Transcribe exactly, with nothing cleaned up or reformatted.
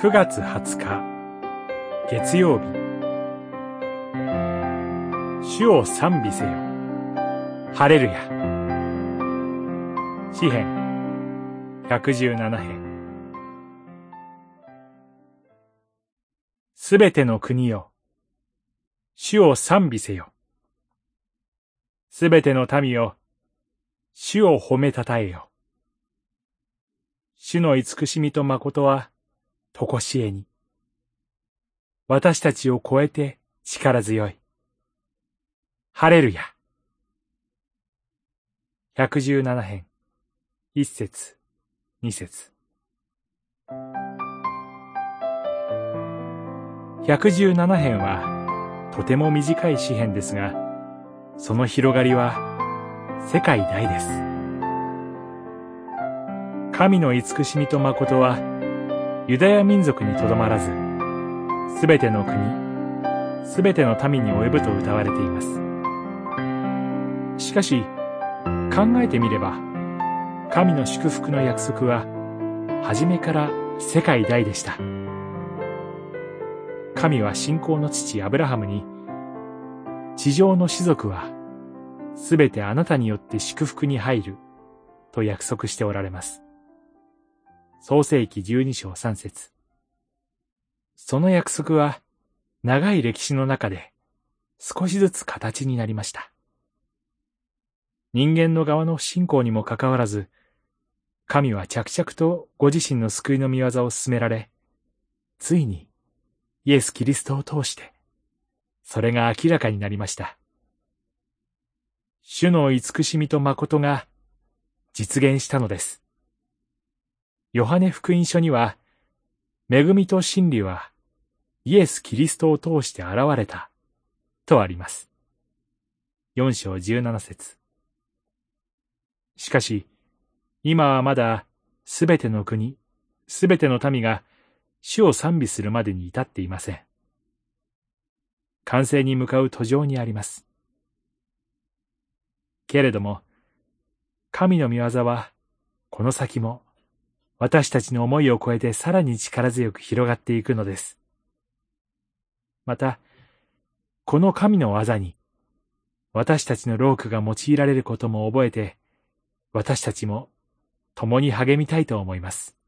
くがつはつか月曜日。主を賛美せよ。ハレルヤ。詩編ひゃくじゅうなな編。すべての国よ、主を賛美せよ。すべての民よ、主を褒めたたえよ。主の慈しみと誠はとこしえに。私たちを超えて力強い。ハレルヤ。ひゃくじゅうなな編、一節、二節。ひゃくじゅうなな編はとても短い詩編ですが、その広がりは世界大です。神の慈しみと誠はユダヤ民族にとどまらず、すべての国、すべての民に及ぶと歌われています。しかし、考えてみれば、神の祝福の約束は、初めから世界大でした。神は信仰の父アブラハムに、地上の士族は、すべてあなたによって祝福に入る、と約束しておられます。創世記じゅうに章さん節。その約束は長い歴史の中で少しずつ形になりました。人間の側の不信仰にもかかわらず、神は着々とご自身の救いの御業を進められ、ついにイエス・キリストを通してそれが明らかになりました。主の慈しみと誠が実現したのです。ヨハネ福音書には、恵みと真理はイエス・キリストを通して現れたとあります。よん章じゅうなな節。しかし、今はまだすべての国、すべての民が主を賛美するまでに至っていません。完成に向かう途上にあります。けれども、神の御業はこの先も私たちの思いを超えてさらに力強く広がっていくのです。また、この神の技に私たちの労苦が用いられることも覚えて、私たちも共に励みたいと思います。